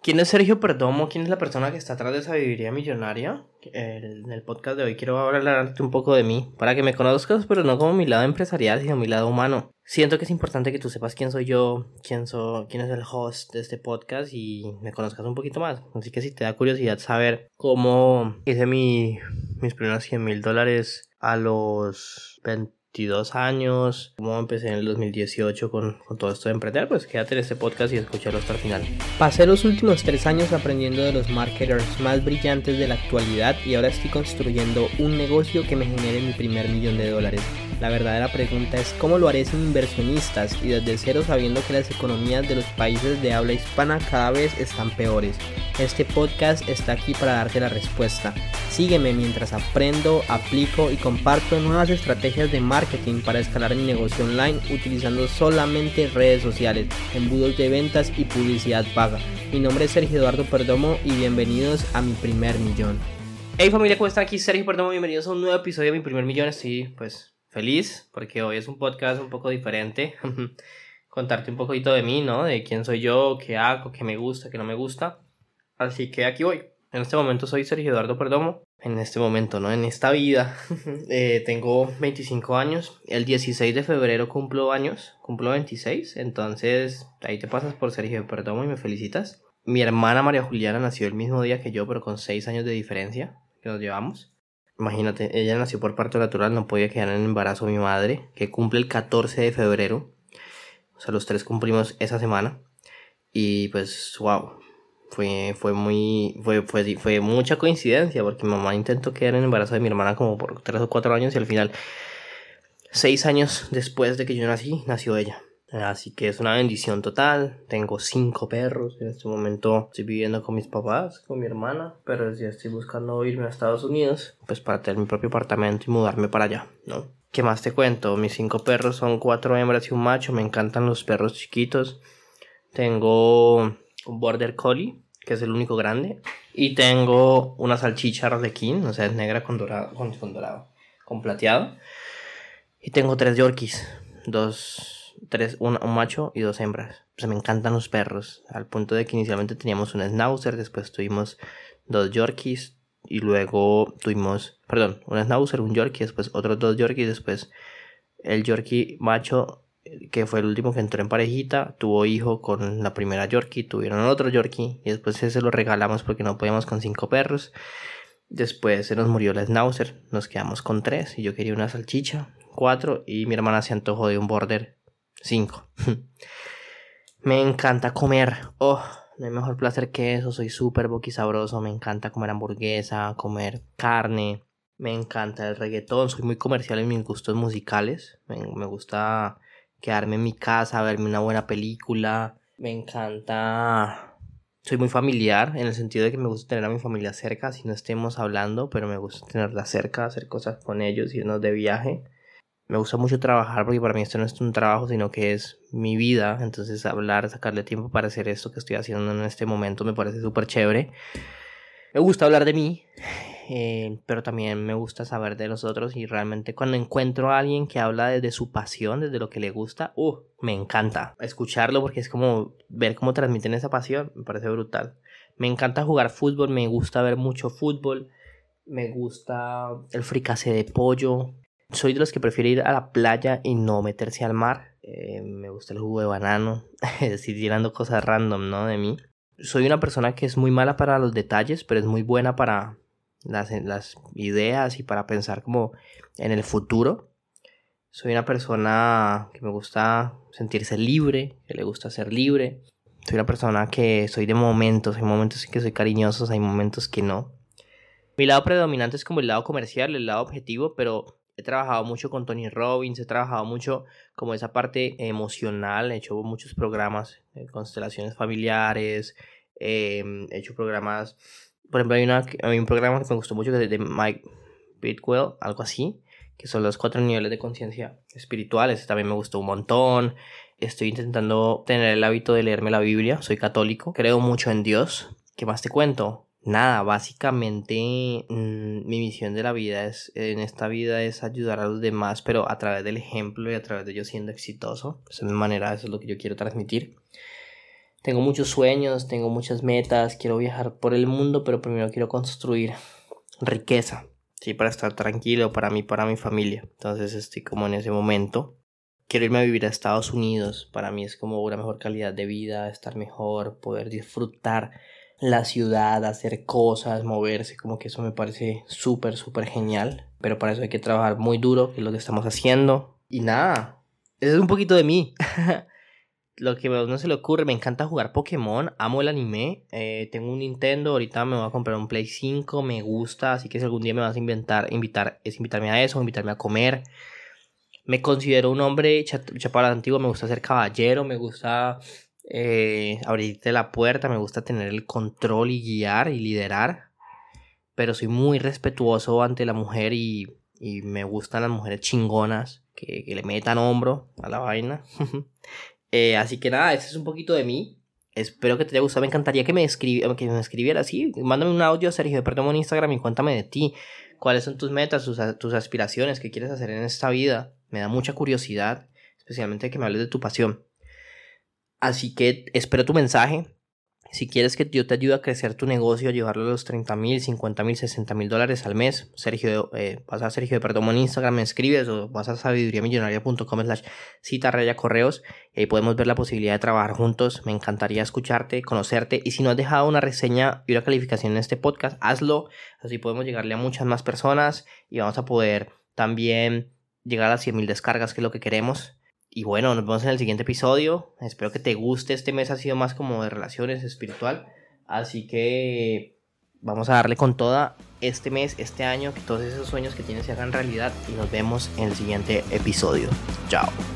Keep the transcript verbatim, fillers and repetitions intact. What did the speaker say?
¿Quién es Sergio Perdomo? ¿Quién es la persona que está atrás de Sabiduría Millonaria? En el podcast de hoy quiero hablarte un poco de mí, para que me conozcas, pero no como mi lado empresarial, sino mi lado humano. Siento que es importante que tú sepas quién soy yo, quién soy, quién es el host de este podcast y me conozcas un poquito más. Así que si te da curiosidad saber cómo hice mi, mis primeros cien mil dólares a los veintidós años, cómo empecé en el dos mil dieciocho con, con todo esto de emprender, pues quédate en este podcast y escúchalo hasta el final. Pasé los últimos tres años aprendiendo de los marketers más brillantes de la actualidad y ahora estoy construyendo un negocio que me genere mi primer millón de dólares. La verdadera pregunta es cómo lo haré sin inversionistas y desde cero, sabiendo que las economías de los países de habla hispana cada vez están peores. Este podcast está aquí para darte la respuesta. Sígueme mientras aprendo, aplico y comparto nuevas estrategias de marketing para escalar mi negocio online utilizando solamente redes sociales, embudos de ventas y publicidad paga. Mi nombre es Sergio Eduardo Perdomo y bienvenidos a mi primer millón. Hey familia, ¿cómo están? Aquí Sergio Perdomo, bienvenidos a un nuevo episodio de mi primer millón. Estoy pues feliz porque hoy es un podcast un poco diferente. Contarte un poquito de mí, ¿no? De quién soy yo, qué hago, qué me gusta, qué no me gusta. Así que aquí voy. En este momento soy Sergio Eduardo Perdomo. En este momento, ¿no? En esta vida. eh, tengo veinticinco años. El dieciséis de febrero cumplo años. Cumplo veintiséis. Entonces, ahí te pasas por Sergio Perdomo y me felicitas. Mi hermana María Juliana nació el mismo día que yo, pero con seis años de diferencia que nos llevamos. Imagínate, ella nació por parto natural. No podía quedar en el embarazo mi madre, que cumple el catorce de febrero. O sea, los tres cumplimos esa semana. Y pues, wow. Fue, fue muy, fue, fue, fue mucha coincidencia porque mi mamá intentó quedar en el embarazo de mi hermana como por tres o cuatro años y al final, seis años después de que yo nací, nació ella. Así que es una bendición total. Tengo cinco perros. En este momento estoy viviendo con mis papás, con mi hermana, pero ya estoy buscando irme a Estados Unidos, pues para tener mi propio apartamento y mudarme para allá, ¿no? ¿Qué más te cuento? Mis cinco perros son cuatro hembras y un macho. Me encantan los perros chiquitos. Tengo un border collie, que es el único grande, y tengo una salchicha arlequín, o sea, es negra con dorado, con, con dorado, con plateado, y tengo tres yorkies, dos, tres, un, un macho y dos hembras. Pues me encantan los perros, al punto de que inicialmente teníamos un schnauzer, después tuvimos dos yorkies, y luego tuvimos, perdón, un schnauzer, un yorkie, después otros dos yorkies, después el yorkie macho, que fue el último que entró en parejita, tuvo hijo con la primera yorkie, tuvieron otro yorkie y después ese lo regalamos porque no podíamos con cinco perros. Después se nos murió la schnauzer, nos quedamos con tres y yo quería una salchicha, cuatro, y mi hermana se antojó de un border, cinco. Me encanta comer, oh, no hay mejor placer que eso, soy súper boquisabroso, me encanta comer hamburguesa, comer carne, me encanta el reggaetón, soy muy comercial en mis gustos musicales, me, me gusta quedarme en mi casa, verme una buena película. Me encanta. Soy muy familiar en el sentido de que me gusta tener a mi familia cerca, si no estemos hablando, pero me gusta tenerla cerca, hacer cosas con ellos, irnos de viaje. Me gusta mucho trabajar porque para mí esto no es un trabajo, sino que es mi vida. Entonces hablar, sacarle tiempo para hacer esto que estoy haciendo en este momento me parece súper chévere. Me gusta hablar de mí. Eh, pero también me gusta saber de los otros y realmente cuando encuentro a alguien que habla desde su pasión, desde lo que le gusta, uh, me encanta escucharlo porque es como ver cómo transmiten esa pasión, me parece brutal. Me encanta jugar fútbol, me gusta ver mucho fútbol, me gusta el fricasé de pollo, soy de los que prefiere ir a la playa y no meterse al mar, eh, me gusta el jugo de banano, es decir, tirando cosas random, ¿no? De mí. Soy una persona que es muy mala para los detalles, pero es muy buena para Las, las ideas y para pensar como en el futuro. Soy una persona que me gusta sentirse libre, que le gusta ser libre. Soy una persona que soy de momentos, hay momentos en que soy cariñoso, hay momentos que no. Mi lado predominante es como el lado comercial, el lado objetivo, pero he trabajado mucho con Tony Robbins, he trabajado mucho como esa parte emocional, he hecho muchos programas, eh, constelaciones familiares, eh, he hecho programas. Por ejemplo, hay, una, hay un programa que me gustó mucho que es de Mike Bidwell, algo así, que son los cuatro niveles de conciencia espirituales. También me gustó un montón. Estoy intentando tener el hábito de leerme la Biblia. Soy católico. Creo mucho en Dios. ¿Qué más te cuento? Nada, básicamente mmm, mi misión de la vida es, en esta vida es ayudar a los demás, pero a través del ejemplo y a través de yo siendo exitoso. Esa es mi manera, eso es lo que yo quiero transmitir. Tengo muchos sueños, tengo muchas metas, quiero viajar por el mundo, pero primero quiero construir riqueza, sí, para estar tranquilo, para mí, para mi familia. Entonces estoy como en ese momento. Quiero irme a vivir a Estados Unidos, para mí es como una mejor calidad de vida, estar mejor, poder disfrutar la ciudad, hacer cosas, moverse, como que eso me parece súper, súper genial. Pero para eso hay que trabajar muy duro, que es lo que estamos haciendo. Y nada, eso es un poquito de mí. Lo que no se le ocurre, me encanta jugar Pokémon, amo el anime, eh, tengo un Nintendo, ahorita me voy a comprar un Play cinco, me gusta, así que si algún día me vas a inventar, invitar, es invitarme a eso, invitarme a comer. Me considero un hombre chaparro antiguo, me gusta ser caballero, me gusta eh, abrirte la puerta, me gusta tener el control y guiar y liderar, pero soy muy respetuoso ante la mujer y, y me gustan las mujeres chingonas, que, que le metan hombro a la vaina. Eh, así que nada, ese es un poquito de mí. Espero que te haya gustado. Me encantaría que me, escribi- que me escribieras. Sí, mándame un audio, Sergio de Perdomo, en Instagram y cuéntame de ti. ¿Cuáles son tus metas, tus, tus aspiraciones? ¿Qué quieres hacer en esta vida? Me da mucha curiosidad, especialmente que me hables de tu pasión. Así que espero tu mensaje. Si quieres que yo te ayude a crecer tu negocio, a llevarlo a los treinta mil, cincuenta mil, sesenta mil dólares al mes, Sergio, eh, vas a Sergio de Perdomo en Instagram, me escribes o vas a sabiduría millonaria punto com slash cita raya correos y ahí podemos ver la posibilidad de trabajar juntos. Me encantaría escucharte, conocerte y si no has dejado una reseña y una calificación en este podcast, hazlo, así podemos llegarle a muchas más personas y vamos a poder también llegar a las cien mil descargas, que es lo que queremos. Y bueno, nos vemos en el siguiente episodio. Espero que te guste. Este mes ha sido más como de relaciones, espiritual. Así que vamos a darle con toda este mes, este año. Que todos esos sueños que tienes se hagan realidad. Y nos vemos en el siguiente episodio. Chao.